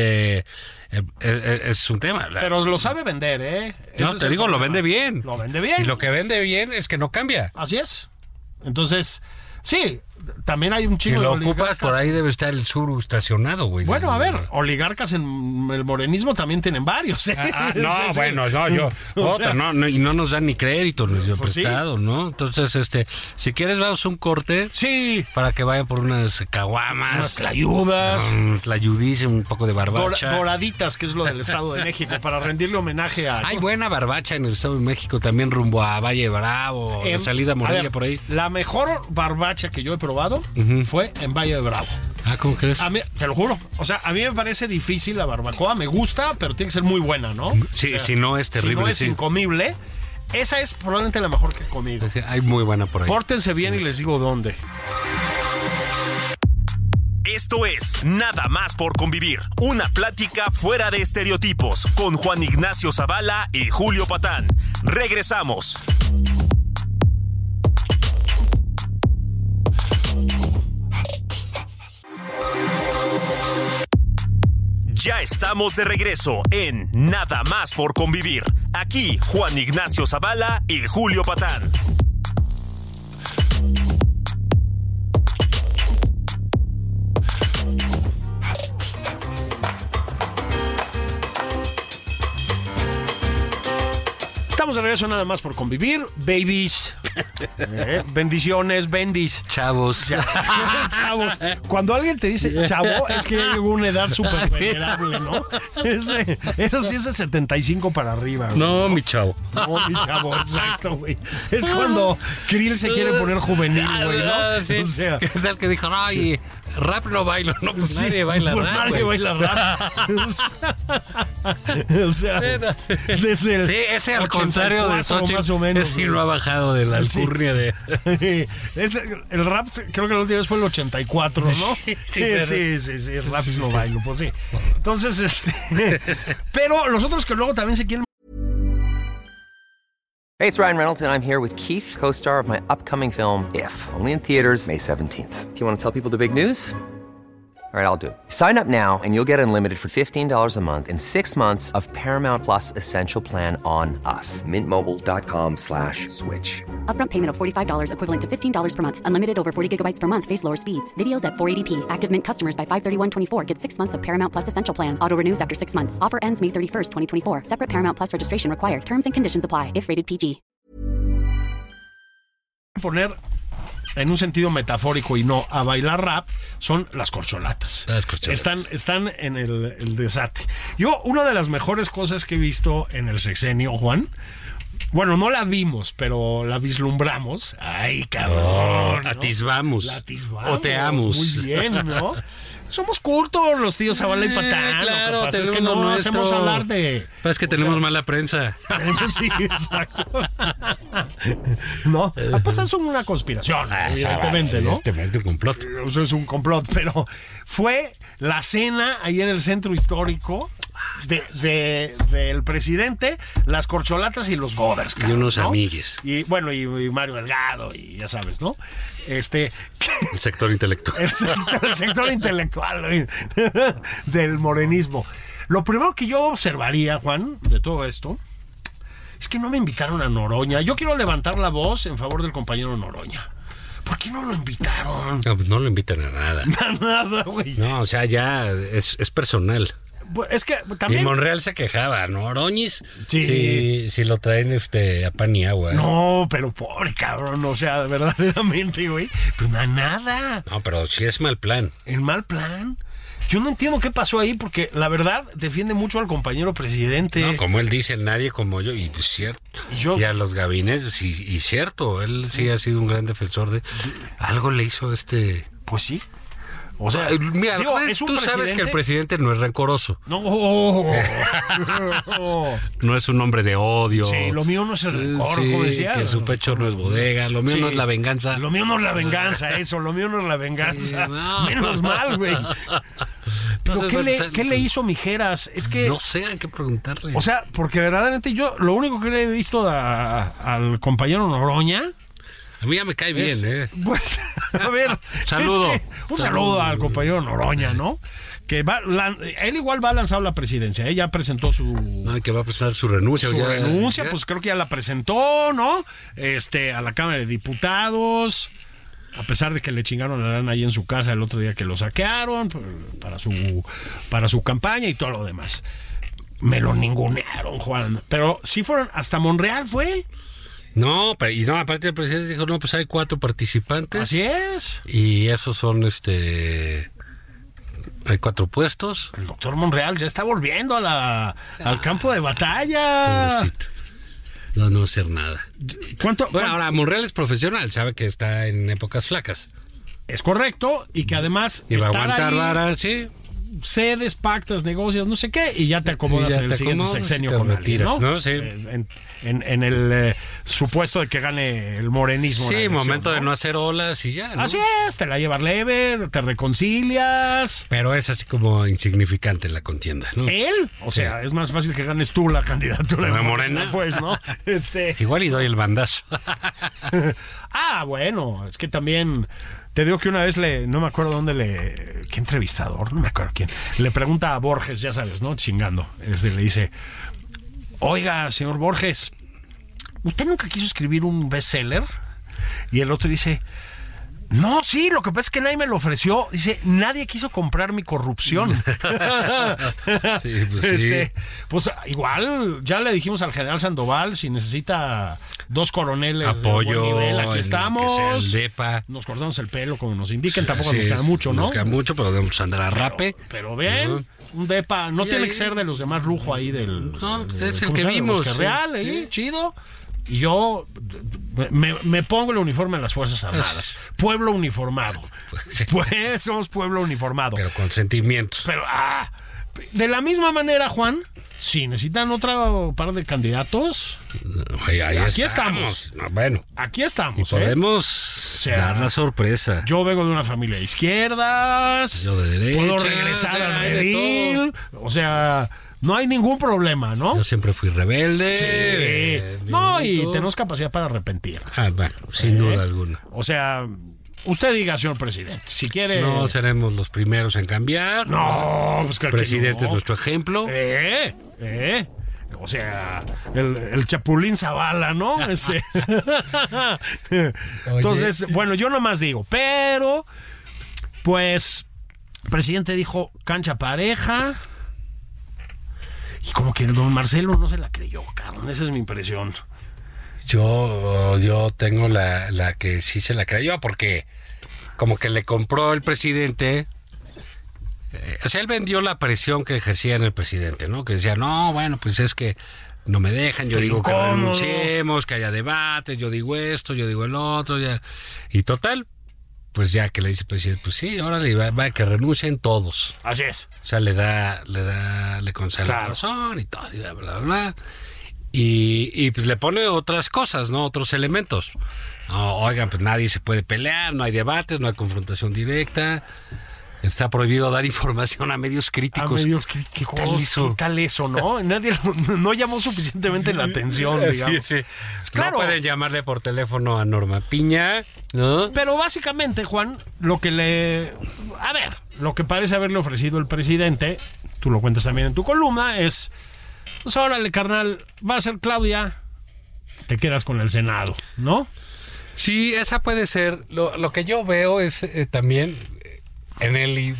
es un tema. Pero lo sabe vender, ¿eh? No, te digo, lo vende bien. Lo vende bien. Y lo que vende bien es que no cambia. Así es. Entonces, sí, también hay un chingo de oligarcas. Ocupas, por ahí debe estar el sur estacionado, güey. Bueno, a ver, oligarcas en el morenismo también tienen varios, ¿eh? No, sí, bueno, no, yo, y no nos dan ni crédito, nos dio prestado, sí. ¿No? Entonces, si quieres, vamos a un corte. Sí. Para que vayan por unas caguamas. Unas tlayudas. Tlayudice, un poco de barbacha. Doraditas, que es lo del Estado de México, para rendirle homenaje a... Hay buena barbacha en el Estado de México, también rumbo a Valle Bravo, de salida a Morelia, por ahí. La mejor barbacha que yo he probado fue en Valle de Bravo. ¿Cómo crees? A mí, te lo juro. O sea, a mí me parece difícil la barbacoa. Me gusta, pero tiene que ser muy buena, ¿no? Sí, o sea, si no es terrible. Si no es incomible. Esa es probablemente la mejor que he comido. Sí, hay muy buena por ahí. Pórtense bien y les digo dónde. Esto es Nada más por convivir. Una plática fuera de estereotipos con Juan Ignacio Zavala y Julio Patán. Regresamos. Ya estamos de regreso en Nada más por convivir. Aquí Juan Ignacio Zavala y Julio Patán. Estamos de regreso Nada más por convivir, babies. Bendiciones, bendis. Chavos. Chavos. Cuando alguien te dice chavo, es que hay una edad súper venerable, ¿no? Eso sí es de 75 para arriba. Güey. No, mi chavo. No, mi chavo, exacto, güey. Es cuando Krill se quiere poner juvenil, güey, ¿no? Sí. O sea, es el que dijo, no, y rap no bailo, no, pues sí, nadie baila pues rap. Pues nadie baila rap. O sea, desde el sí, ese al contrario de Xochitl, más o menos. sí no ha bajado de la alcurnia de... El rap, creo que la última vez fue el 84, ¿no? Sí, el rap lo bailo, pues sí. Entonces, pero los otros que luego también se quieren... Hey, it's Ryan Reynolds, and I'm here with Keith, co-star of my upcoming film, If, only in theaters May 17th. Do you want to tell people the big news? All right, I'll do it. Sign up now and you'll get unlimited for $15 a month and 6 months of Paramount Plus Essential Plan on us. MintMobile.com/switch. Upfront payment of $45 equivalent to $15 per month. Unlimited over 40 gigabytes per month. Face lower speeds. Videos at 480p. Active Mint customers by 531.24 get 6 months of Paramount Plus Essential Plan. Auto renews after 6 months. Offer ends May 31st, 2024. Separate Paramount Plus registration required. Terms and conditions apply if rated PG. Poner en un sentido metafórico y no a bailar rap son las corcholatas. Las corcholatas. Están en el desate. Yo, una de las mejores cosas que he visto en el sexenio, Juan, bueno, no la vimos, pero la vislumbramos. Ay, cabrón, ¿no? Atisbamos. La atisbamos. Oteamos. Muy bien, ¿no? Somos cultos los tíos Zavala y Patán. Claro, lo que pasa es que no hacemos hablar de... Es que tenemos mala prensa. Sí, exacto. No, pues es una conspiración, evidentemente, ¿no? Evidentemente un complot. Eso es un complot, pero fue la cena ahí en el centro histórico del presidente, las corcholatas y los govers. Y unos amigues. Y bueno, y Mario Delgado, y ya sabes, ¿no? El sector intelectual. El sector intelectual del morenismo. Lo primero que yo observaría, Juan, de todo esto, es que no me invitaron a Noroña. Yo quiero levantar la voz en favor del compañero Noroña. ¿Por qué no lo invitaron? No, pues no lo invitan a nada. A nada, güey. No, o sea, ya es personal. Pues es que también... Y Monreal se quejaba, ¿no? Oroñis, sí. Si lo traen a pan y agua. No, pero pobre cabrón, o sea, verdaderamente, güey. Pero nada. No, pero sí es mal plan. ¿El mal plan? Yo no entiendo qué pasó ahí, porque la verdad defiende mucho al compañero presidente. No, como él dice, nadie como yo, y pues cierto. Y a los gabinetes, y cierto, él sí ha sido un gran defensor de... Algo le hizo Pues sí. O sea, mira, digo, tú sabes que el presidente no es rencoroso. No. No es un hombre de odio. Sí, lo mío no es el rencor, como decía. Que su pecho no es bodega. Lo mío no es la venganza. Lo mío no es la venganza, eso. Lo mío no es la venganza. Sí, no. Menos mal, güey. Pero ¿qué le hizo Mijeras? Es que... No sé, hay que preguntarle. O sea, porque verdaderamente yo lo único que le he visto al compañero Noroña... A mí ya me cae bien, Pues, a ver, saludo. Un saludo al compañero Noroña, ¿no? Que él igual va a lanzar la presidencia. Ya presentó su... No, que va a presentar su renuncia. Pues creo que ya la presentó, ¿no? A la Cámara de Diputados. A pesar de que le chingaron la lana ahí en su casa el otro día que lo saquearon para su campaña y todo lo demás. Me lo ningunearon, Juan. Pero sí fueron, hasta Monreal fue... No, aparte el presidente dijo, no, pues hay 4 participantes. Así es. Y esos son, hay 4 puestos. El doctor Monreal ya está volviendo al campo de batalla. No va a hacer nada. ¿Cuánto? Ahora, Monreal es profesional, sabe que está en épocas flacas. Es correcto, y que además... Y va a aguantar vara, sí. Cedes, pactas, negocias, no sé qué, y ya te acomodas en el siguiente sexenio con alguien, ¿no? Sí. En el supuesto de que gane el morenismo. Sí, momento de no hacer olas y ya, ¿no? Así es, te la llevas leve, te reconcilias. Pero es así como insignificante la contienda, ¿no? ¿Él? O sea, es más fácil que ganes tú la candidatura de Morena. Pues, ¿no? Igual y doy el bandazo. Bueno, es que también... Te digo que una vez no me acuerdo dónde ¿qué entrevistador? No me acuerdo quién. Le pregunta a Borges, ya sabes, ¿no? Chingando. Le dice, oiga, señor Borges, ¿usted nunca quiso escribir un bestseller? Y el otro dice, no, sí, lo que pasa es que nadie me lo ofreció. Dice, nadie quiso comprar mi corrupción. Sí, pues sí. Pues igual, ya le dijimos al general Sandoval, si necesita 2 coroneles apoyo, de buen nivel, aquí estamos. Que sea el DEPA. Nos cortamos el pelo como nos indiquen, tampoco nos queda mucho, ¿no? Nos queda mucho, pero debemos andar a rape. Pero bien, ¿no? Un DEPA, no tiene que ser de los demás lujo ahí del... No, es el que vimos. Que real, chido. Y yo me pongo el uniforme de las Fuerzas Armadas. Pueblo uniformado. Pues somos pueblo uniformado. Pero con sentimientos. De la misma manera, Juan, si necesitan otro par de candidatos, aquí estamos. No, bueno, aquí estamos. Y podemos dar la sorpresa. Yo vengo de una familia de izquierdas, yo de derecha, puedo regresar al redil, o sea, no hay ningún problema, ¿no? Yo siempre fui rebelde. No, y tenemos capacidad para arrepentirnos. Bueno, sin duda alguna. O sea, usted diga, señor presidente, si quiere... No seremos los primeros en cambiar. No, pues claro. El presidente no. es nuestro ejemplo. O sea, el Chapulín Zavala, ¿no? Entonces, bueno, yo nomás digo, pero, pues, el presidente dijo cancha pareja. Y como que el don Marcelo no se la creyó, cabrón. Esa es mi impresión. Yo tengo la que sí se la creyó, porque como que le compró el presidente. O sea, él vendió la presión que ejercía en el presidente, ¿no? Que decía, no, bueno, pues es que no me dejan, yo digo que renunciemos, que haya debates, yo digo esto, yo digo el otro, ya. Y total, pues ya que le dice el presidente, pues sí, órale, va que renuncien todos. Así es. O sea, le concede la razón y todo, y bla, bla, bla. Y pues le pone otras cosas, ¿no? Otros elementos. No, oigan, pues nadie se puede pelear, no hay debates, no hay confrontación directa. Está prohibido dar información a medios críticos. A medios críticos. ¿Qué tal eso, no? Nadie no llamó suficientemente la atención, digamos. Sí. Claro. No pueden llamarle por teléfono a Norma Piña, ¿no? Pero básicamente, Juan, lo que parece haberle ofrecido el presidente, tú lo cuentas también en tu columna, es, pues órale, carnal, va a ser Claudia, te quedas con el Senado, ¿no? Sí, esa puede ser. Lo que yo veo es también... En él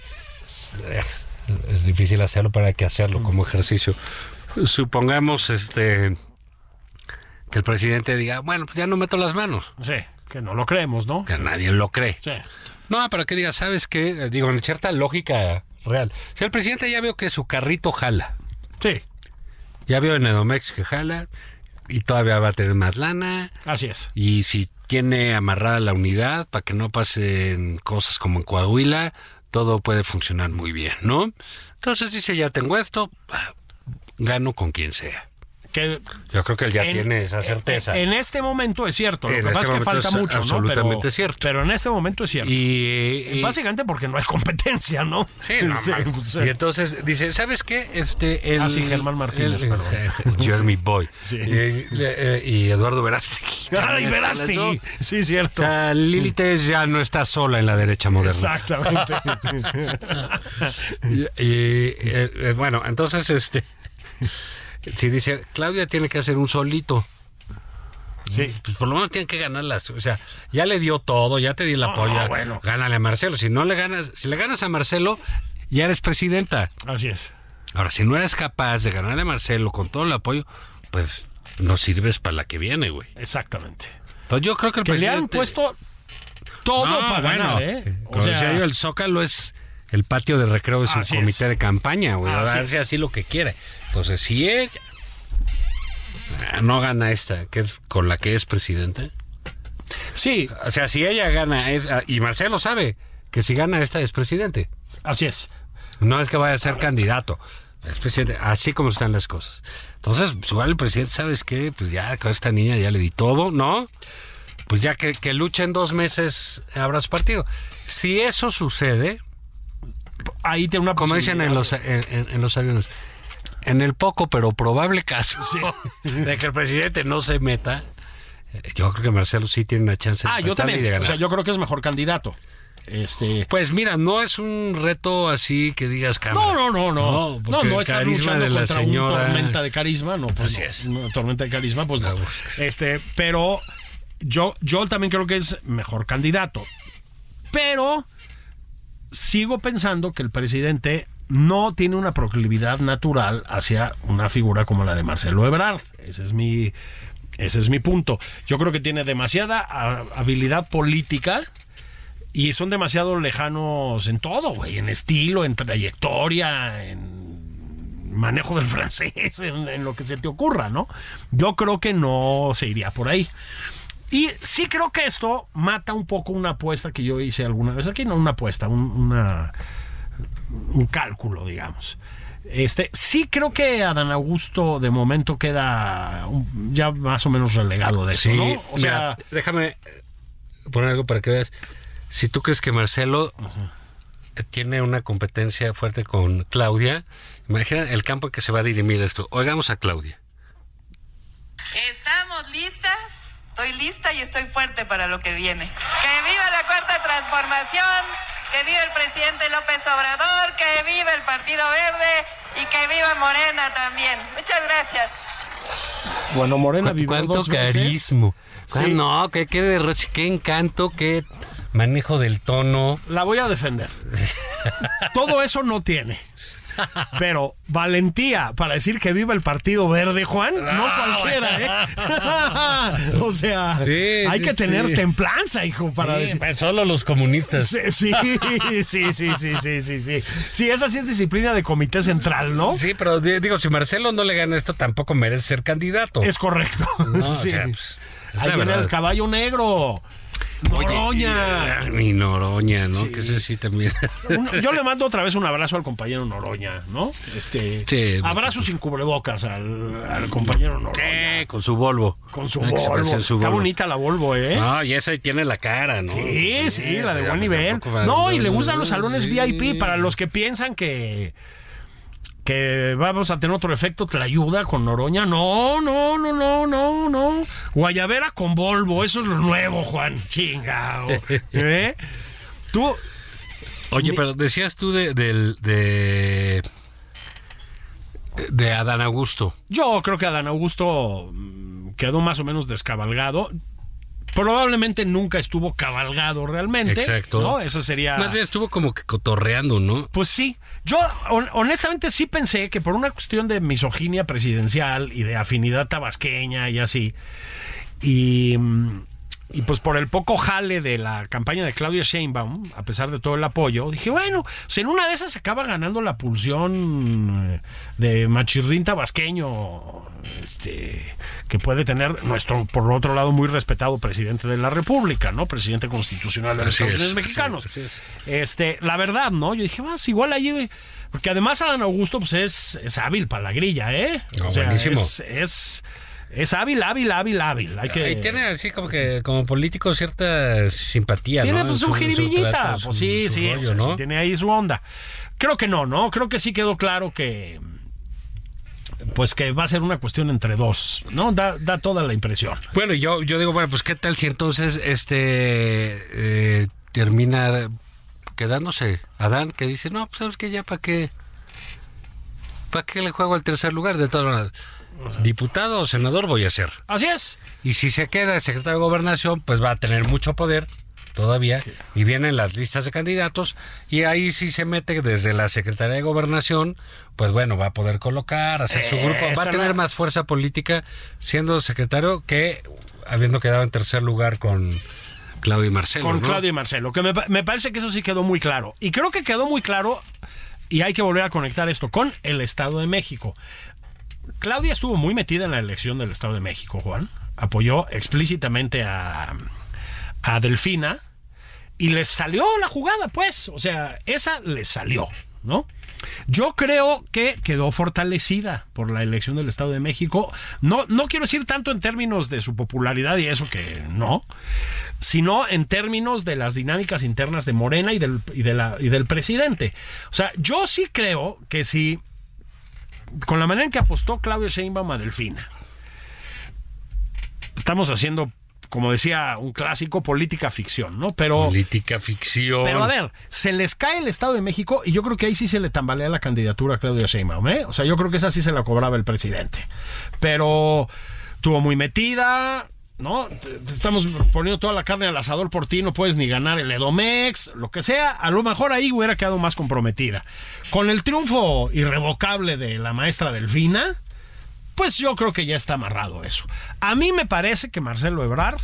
es difícil hacerlo, pero hay que hacerlo como ejercicio. Supongamos que el presidente diga, bueno, pues ya no meto las manos. Sí, que no lo creemos, ¿no? Que nadie lo cree. Sí. No, pero que diga, ¿sabes qué? Digo, en cierta lógica real. Si el presidente ya veo que su carrito jala. Sí. Ya veo en Edomex que jala y todavía va a tener más lana. Así es. Y si tiene amarrada la unidad para que no pasen cosas como en Coahuila, todo puede funcionar muy bien, ¿no? Entonces dice, ya tengo esto, gano con quien sea. Yo creo que él ya tiene esa certeza. En este momento es cierto, lo que pasa es que falta mucho, ¿no? Absolutamente cierto. Pero en este momento es cierto. Y básicamente porque no hay competencia, ¿no? Sí, no, y entonces dice, ¿sabes qué? Sí, Germán Martínez, Jeremy Boy. Sí. Y Eduardo Verástegui. ¡Ay, Verástegui! Sí, cierto. O sea, Lili Telles ya no está sola en la derecha moderna. Exactamente. Bueno, entonces si dice, Claudia tiene que hacer un solito. Sí. Pues por lo menos tiene que ganarlas. O sea, ya le dio todo, ya te di el apoyo. Bueno. Gánale a Marcelo. Si le ganas a Marcelo, ya eres presidenta. Así es. Ahora, si no eres capaz de ganarle a Marcelo con todo el apoyo, pues no sirves para la que viene, güey. Exactamente. Entonces yo creo que el presidente... le han puesto todo para ganar, ¿eh? O sea, el Zócalo es... El patio de recreo es un comité de campaña, güey. A darse así lo que quiere. Entonces, si ella no gana esta, que es con la que es presidente. Sí. O sea, si ella gana, y Marcelo sabe que si gana esta es presidente. Así es. No es que vaya a ser candidato. Es presidente, así como están las cosas. Entonces, pues igual el presidente, ¿sabes qué? Pues ya con esta niña ya le di todo, ¿no? Pues ya que luche en 2 meses, habrá su partido. Si eso sucede... Ahí tiene una como dicen en los aviones, en el poco pero probable caso de que el presidente no se meta, yo creo que Marcelo sí tiene una chance de yo también. Y de ganar. O sea, yo creo que es mejor candidato. Pues mira, no es un reto así que digas cámara. No, está luchando de la contra señora... una tormenta de carisma, no, pues así es. Una tormenta de carisma, pues no. Pero yo también creo que es mejor candidato. Pero sigo pensando que el presidente no tiene una proclividad natural hacia una figura como la de Marcelo Ebrard. Ese es mi punto. Yo creo que tiene demasiada habilidad política y son demasiado lejanos en todo, güey, en estilo, en trayectoria, en manejo del francés, en lo que se te ocurra, ¿no? Yo creo que no se iría por ahí. Y sí creo que esto mata un poco una apuesta que yo hice alguna vez aquí, no una apuesta, un cálculo, digamos. Sí creo que Adán Augusto de momento queda ya más o menos relegado de eso, Sí, ¿no? O sea, mira, déjame poner algo para que veas. Si tú crees que Marcelo tiene una competencia fuerte con Claudia, imagina el campo en que se va a dirimir esto. Oigamos a Claudia. ¿Estamos listas? Estoy lista y estoy fuerte para lo que viene. ¡Que viva la Cuarta Transformación! ¡Que viva el presidente López Obrador! ¡Que viva el Partido Verde! ¡Y que viva Morena también! Muchas gracias. bueno, Morena vivió ¿Cuánto 2 veces. carisma? Sí. No, qué derroche, qué encanto, qué manejo del tono. La voy a defender. Todo eso no tiene. Pero valentía para decir que viva el Partido Verde, Juan, no cualquiera, ¿eh? O sea, hay que tener templanza, hijo, para decir. Solo los comunistas. Sí. Sí, esa sí es disciplina de comité central, ¿no? Sí, pero digo, si Marcelo no le gana esto, tampoco merece ser candidato. Es correcto. No, Sí. o sea, pues, es Ahí la viene verdad. el caballo negro. Noroña. Mi Noroña, ¿no? Sí. Que ese sí también. Yo le mando otra vez un abrazo al compañero Noroña, ¿no? Sí. Abrazo sin cubrebocas al compañero Noroña. Con su Volvo. Con su Que se Volvo. parecía en su Está Volvo. bonita la Volvo, ¿eh? No, y esa ahí tiene la cara, ¿no? Sí, la de ya, buen pues, nivel. tampoco No, y le no, gustan los salones sí. VIP para los que piensan que vamos a tener otro efecto Tlayuda con Noroña. No. Guayabera con Volvo, eso es lo nuevo, Juan. Chingao. ¿Eh? Tú. Oye, pero decías tú de Adán Augusto. Yo creo que Adán Augusto quedó más o menos descabalgado. Probablemente nunca estuvo cabalgado realmente. Exacto. ¿No? Eso sería. Más bien estuvo como que cotorreando, ¿no? Pues sí. Yo honestamente sí pensé que por una cuestión de misoginia presidencial y de afinidad tabasqueña y así, y pues por el poco jale de la campaña de Claudia Sheinbaum, a pesar de todo el apoyo, dije, bueno, si en una de esas se acaba ganando la pulsión de machirrín tabasqueño, que puede tener nuestro, por otro lado, muy respetado presidente de la República, ¿no? Presidente constitucional de los Así Estados es, Unidos mexicanos. así es. La verdad, ¿no? Yo dije, pues igual allí, porque además Adán Augusto pues es hábil para la grilla, ¿eh? No, o sea, buenísimo. es hábil. Y tiene así como político cierta simpatía, tiene ¿no? pues En su su jiribillita, trato, pues su sí, rollo, o sea, ¿no? sí tiene ahí su onda. Creo que no, creo que sí quedó claro que pues que va a ser una cuestión entre dos, ¿no? Da toda la impresión. Bueno, yo digo, bueno, pues qué tal si entonces termina quedándose Adán, que dice, no, pues sabes que ya para qué le juego al tercer lugar, de todas maneras, diputado o senador voy a ser. Así es. Y si se queda el secretario de Gobernación, pues va a tener mucho poder todavía, y vienen las listas de candidatos, y ahí sí se mete desde la Secretaría de Gobernación, pues bueno, va a poder colocar, hacer su grupo, va a tener más fuerza política siendo secretario que habiendo quedado en tercer lugar con Claudio y Marcelo. Con ¿no? Claudio y Marcelo, que me parece que eso sí quedó muy claro. Y creo que quedó muy claro, y hay que volver a conectar esto con el Estado de México. Claudia estuvo muy metida en la elección del Estado de México, Juan. Apoyó explícitamente a Delfina y les salió la jugada, pues. O sea, esa les salió, ¿no? Yo creo que quedó fortalecida por la elección del Estado de México. No quiero decir tanto en términos de su popularidad y eso que no, sino en términos de las dinámicas internas de Morena y del presidente. O sea, yo sí creo que si con la manera en que apostó Claudio Sheinbaum a Delfina, estamos haciendo, como decía un clásico, política ficción, ¿no? Política ficción. Pero a ver, se les cae el Estado de México y yo creo que ahí sí se le tambalea la candidatura a Claudia Sheinbaum, ¿eh? O sea, yo creo que esa sí se la cobraba el presidente. Pero estuvo muy metida, ¿no? Te estamos poniendo toda la carne al asador por ti, no puedes ni ganar el Edomex, lo que sea, a lo mejor ahí hubiera quedado más comprometida. Con el triunfo irrevocable de la maestra Delfina, pues yo creo que ya está amarrado eso. A mí me parece que Marcelo Ebrard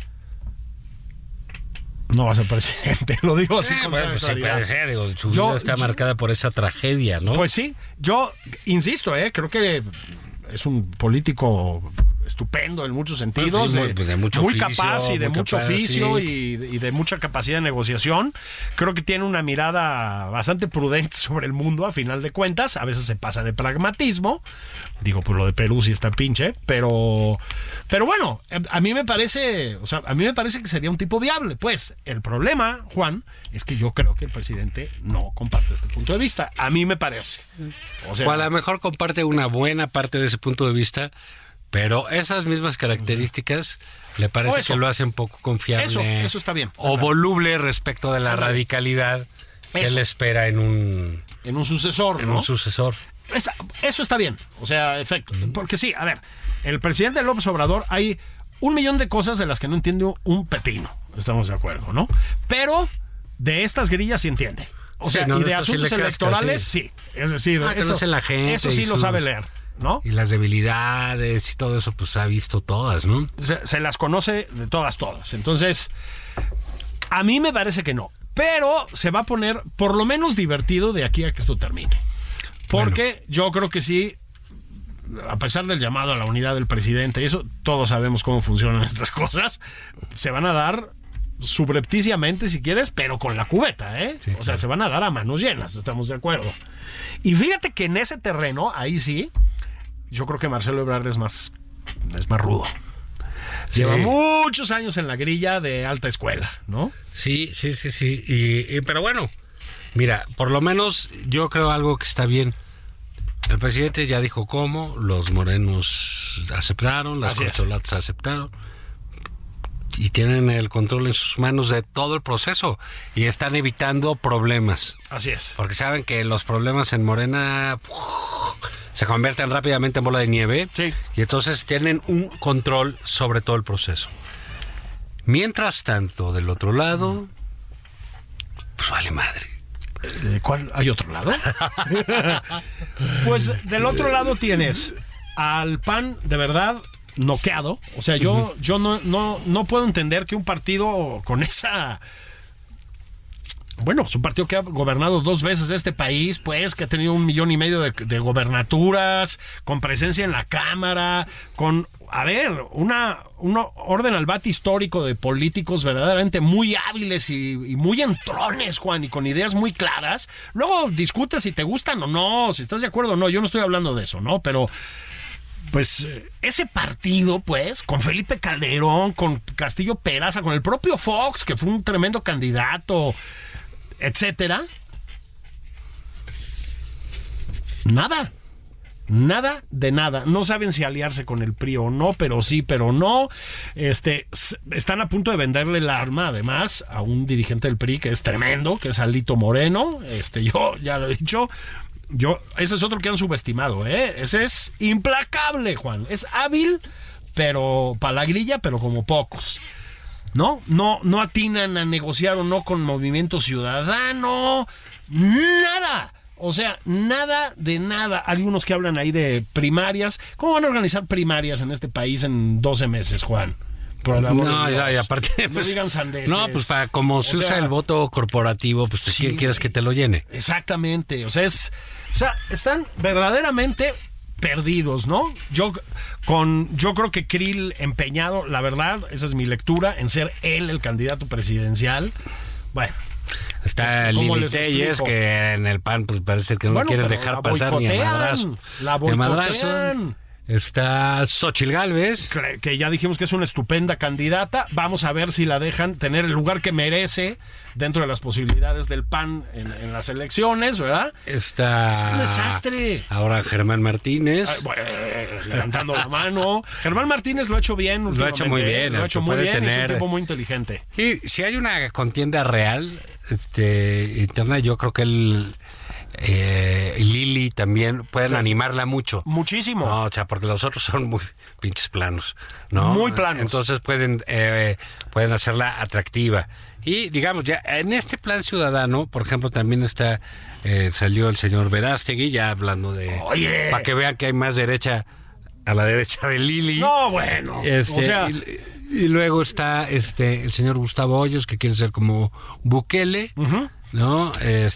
no va a ser presidente, lo digo así con bueno, pues sí claridad. puede ser, digo, su vida está marcada por esa tragedia, ¿no? Pues sí, yo insisto, creo que es un político estupendo en muchos sentidos, Pues, de mucho muy oficio, capaz y de muy mucho capaz, oficio sí. y de mucha capacidad de negociación. Creo que tiene una mirada bastante prudente sobre el mundo, a final de cuentas. A veces se pasa de pragmatismo. Digo, pues lo de Perú sí está pinche, pero bueno, a mí me parece que sería un tipo viable. Pues el problema, Juan, es que yo creo que el presidente no comparte este punto de vista. A mí me parece. O a lo mejor comparte una buena parte de ese punto de vista, pero esas mismas características le parece que lo hacen poco confiable. Eso está bien. O voluble respecto de la radicalidad que él espera en un sucesor, ¿no? En un sucesor. Eso está bien, o sea, efecto. Porque sí, a ver, el presidente López Obrador, hay 1,000,000 de cosas de las que no entiende un pepino, estamos de acuerdo, ¿no? Pero de estas grillas sí entiende. O sea, y de asuntos electorales, sí. Es decir, eso sí lo sabe leer, ¿no? Y las debilidades y todo eso, pues ha visto todas, ¿no? Se las conoce de todas. Entonces, a mí me parece que no. Pero se va a poner por lo menos divertido de aquí a que esto termine. Porque yo creo que sí, a pesar del llamado a la unidad del presidente, y eso todos sabemos cómo funcionan estas cosas, se van a dar subrepticiamente, si quieres, pero con la cubeta, ¿eh? Sí, o sea, se van a dar a manos llenas, estamos de acuerdo. Y fíjate que en ese terreno, ahí sí, yo creo que Marcelo Ebrard es más rudo. Sí. Lleva muchos años en la grilla de alta escuela, ¿no? Sí. Pero bueno, mira, por lo menos yo creo algo que está bien. El presidente ya dijo cómo, los morenos aceptaron, las corcholatas aceptaron. Y tienen el control en sus manos de todo el proceso y están evitando problemas. Así es. Porque saben que los problemas en Morena se convierten rápidamente en bola de nieve. Sí. Y entonces tienen un control sobre todo el proceso. Mientras tanto, del otro lado, pues vale madre. ¿Cuál? ¿Hay otro lado? Pues del otro lado tienes al PAN de verdad noqueado. O sea, yo no puedo entender que un partido con esa... Bueno, es un partido que ha gobernado 2 veces este país, pues, que ha tenido 1,5 millones de gobernaturas, con presencia en la Cámara, con, a ver, un orden al bate histórico de políticos verdaderamente muy hábiles y muy entrones, Juan, y con ideas muy claras. Luego discutes si te gustan o no, si estás de acuerdo o no, yo no estoy hablando de eso, ¿no? Pero... pues ese partido, pues, con Felipe Calderón, con Castillo Peraza, con el propio Fox, que fue un tremendo candidato, etcétera. Nada de nada. No saben si aliarse con el PRI o no, pero sí, pero no. Están a punto de venderle el arma, además, a un dirigente del PRI que es tremendo, que es Alito Moreno. Yo ya lo he dicho. Ese es otro que han subestimado, ¿eh? Ese es implacable, Juan. Es hábil, pero para la grilla, pero como pocos. No atinan a negociar o no con Movimiento Ciudadano. Nada. O sea, nada de nada. Algunos que hablan ahí de primarias. ¿Cómo van a organizar primarias en este país en 12 meses, Juan? No, y aparte, pues, no digan sandeces. No, pues para como se usa el voto corporativo, pues sí, ¿quién quieres que te lo llene? Exactamente. O sea, están verdaderamente perdidos, ¿no? Yo creo que Krill empeñado, la verdad, esa es mi lectura, en ser él el candidato presidencial. Bueno. Está Lili Telles, que en el PAN pues parece que no lo quieren dejar pasar ni a madrazo. La boicotean. Está Xóchitl Gálvez, que ya dijimos que es una estupenda candidata. Vamos a ver si la dejan tener el lugar que merece dentro de las posibilidades del PAN en las elecciones, ¿verdad? Es un desastre. Ahora Germán Martínez. Levantando la mano. Germán Martínez lo ha hecho bien. Lo ha hecho muy bien. Lo ha hecho muy bien. Es un tipo muy inteligente. Y si hay una contienda real interna, yo creo que Lili también pueden animarla mucho. Muchísimo. No, o sea, porque los otros son muy pinches planos, ¿no? Muy planos. Entonces pueden hacerla atractiva. Y digamos, ya en este plan ciudadano, por ejemplo, también salió el señor Verástegui, ya hablando de... Oye. Para que vean que hay más derecha a la derecha de Lili. No, bueno. O sea... Y luego está el señor Gustavo Hoyos, que quiere ser como Bukele. Uh-huh. ¿No?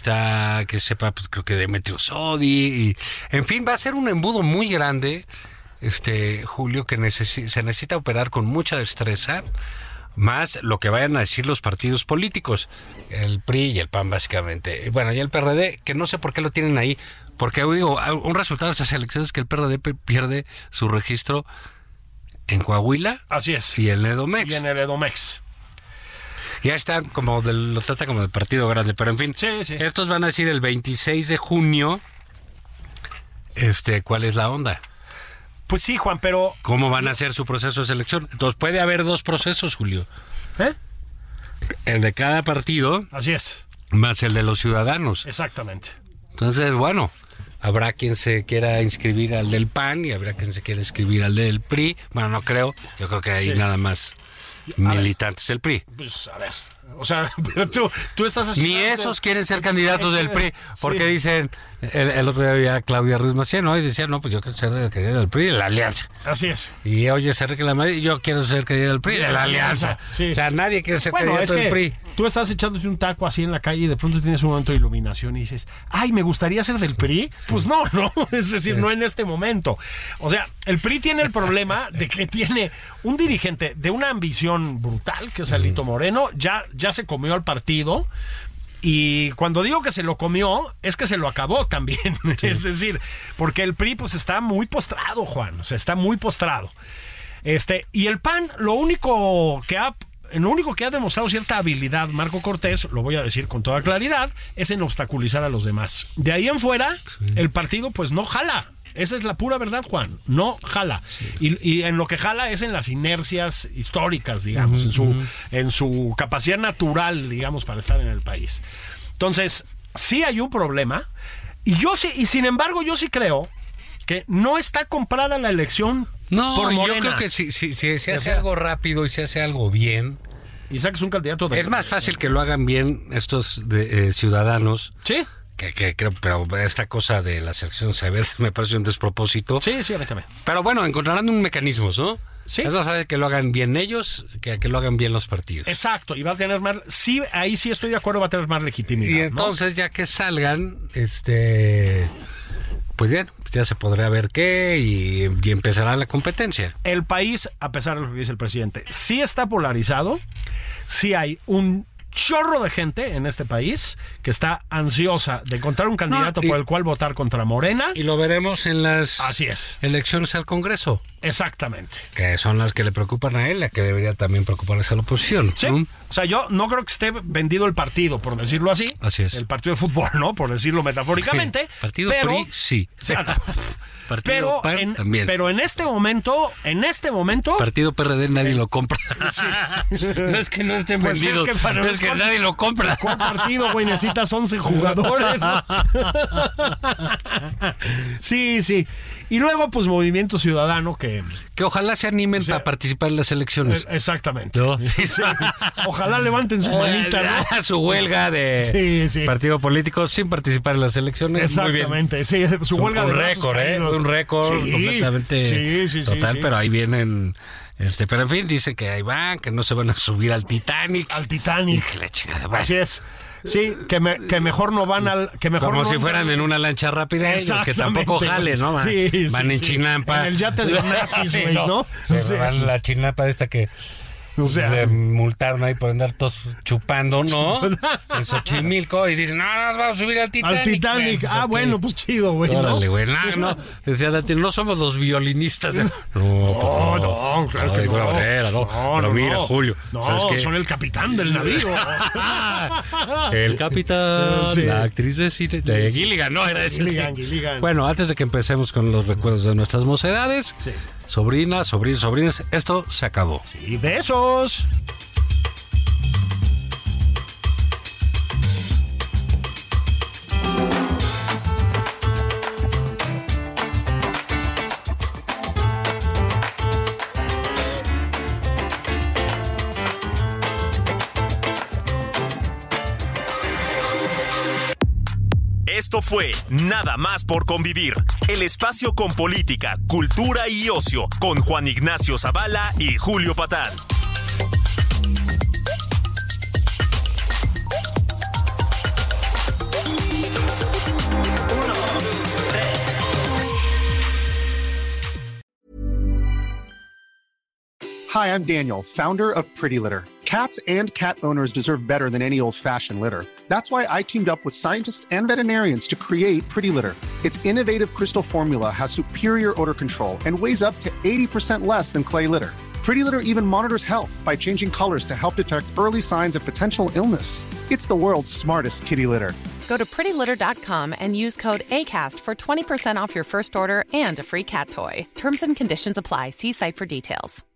Que sepa, pues creo que Demetrio Sodi. En fin, va a ser un embudo muy grande Julio, que se necesita operar con mucha destreza, más lo que vayan a decir los partidos políticos, el PRI y el PAN básicamente. Bueno, y el PRD, que no sé por qué lo tienen ahí, porque digo, un resultado de estas elecciones es que el PRD pierde su registro en Coahuila. Así es. Y en el Edomex. Y en el Edomex. Ya están lo trata como de partido grande, pero en fin. Sí. Estos van a decir el 26 de junio, ¿cuál es la onda? Pues sí, Juan, pero... ¿Cómo van a hacer su proceso de selección? Entonces puede haber dos procesos, Julio. El de cada partido. Así es. Más el de los ciudadanos. Exactamente. Entonces, bueno, habrá quien se quiera inscribir al del PAN y habrá quien se quiera inscribir al del PRI. Bueno, no creo. Yo creo que hay nada más militantes del PRI. Pues, a ver, o sea, tú estás haciendo... Ni esos quieren ser candidatos del PRI, porque dicen, el otro día había Claudia Ruiz Massieu, y decía, no, pues yo quiero ser candidata del PRI de la Alianza. Así es. Y oye, se reclama, yo quiero ser candidata del PRI de la Alianza. Sí. O sea, nadie quiere ser candidato del PRI. Tú estás echándote un taco así en la calle y de pronto tienes un momento de iluminación y dices, ay, me gustaría ser del PRI. Pues no, es decir, no en este momento. O sea, el PRI tiene el problema de que tiene un dirigente de una ambición brutal, que es Alito Moreno, ya se comió al partido. Y cuando digo que se lo comió, es que se lo acabó también. Sí. Es decir, porque el PRI pues está muy postrado, Juan. O sea, está muy postrado. Y el PAN, lo único que ha demostrado cierta habilidad, Marco Cortés, lo voy a decir con toda claridad, es en obstaculizar a los demás. De ahí en fuera, el partido pues no jala. Esa es la pura verdad, Juan. No jala. Sí. Y en lo que jala es en las inercias históricas, digamos, en su capacidad natural, digamos, para estar en el país. Entonces, sí hay un problema. Y sin embargo, yo sí creo que no está comprada la elección por Morena. Yo creo que si se hace algo rápido y se hace algo bien... Y sacas un candidato de... Es más fácil que lo hagan bien estos ciudadanos. Sí. Que creo, pero esta cosa de la selección me parece un despropósito. Sí, a mí también. Pero bueno, encontrarán un mecanismo, ¿no? Sí. Es más fácil que lo hagan bien ellos que lo hagan bien los partidos. Exacto, y va a tener más... Sí, ahí sí estoy de acuerdo, va a tener más legitimidad. Y entonces, ya que salgan, pues bien, ya se podrá ver qué y empezará la competencia. El país, a pesar de lo que dice el presidente, sí está polarizado, sí hay un chorro de gente en este país que está ansiosa de encontrar un candidato por el cual votar contra Morena. Y lo veremos en las elecciones al Congreso. Exactamente. Que son las que le preocupan a él, la que debería también preocuparles a la oposición. Sí. O sea, yo no creo que esté vendido el partido, por decirlo así. Así es. El partido de fútbol, ¿no? Por decirlo metafóricamente. Partido PRI, sí. O sea, Partido PAN también. Pero en este momento... Partido PRD nadie lo compra. Sí. No es que no estén vendidos, es que nadie lo compra. ¿Cuál partido, güey? Necesitas 11 jugadores. Sí. Y luego, pues, Movimiento Ciudadano que ojalá se animen para participar en las elecciones. Exactamente. ¿No? Sí. Ojalá levanten su manita, ¿no? Su huelga de partido político sin participar en las elecciones. Exactamente, sí. Su huelga de récord, un récord completamente total, sí. Pero ahí vienen... pero en fin, dice que ahí van, que no se van a subir al Titanic. Y que la chingada, bueno. Así es. Sí, que mejor no van al... Como si fueran en una lancha rápida ellos, que tampoco jalen, ¿no? Van en chinampa. En el yate de nazis, güey, ¿no? Van la chinampa de esta que... O sea, le multaron ahí por andar todos chupando, ¿no? En Xochimilco, y dicen, no, nos vamos a subir al Titanic. Bueno, pues chido, güey. Órale, güey. No, decía Dati, no somos los violinistas. No, claro que no. Manera, no. Pero mira, Julio. No, son el capitán del navío. El capitán, la actriz de cine, de Gilligan, ¿no? Era ese. Gilligan. Bueno, antes de que empecemos con los recuerdos de nuestras mocedades, sobrinas, sobrinos, esto se acabó. Sí, besos. Esto fue Nada más por convivir, el espacio con política, cultura y ocio, con Juan Ignacio Zavala y Julio Patán. Hi, I'm Daniel, founder of Pretty Litter. Cats and cat owners deserve better than any old-fashioned litter. That's why I teamed up with scientists and veterinarians to create Pretty Litter. Its innovative crystal formula has superior odor control and weighs up to 80% less than clay litter. Pretty Litter even monitors health by changing colors to help detect early signs of potential illness. It's the world's smartest kitty litter. Go to prettylitter.com and use code ACAST for 20% off your first order and a free cat toy. Terms and conditions apply. See site for details.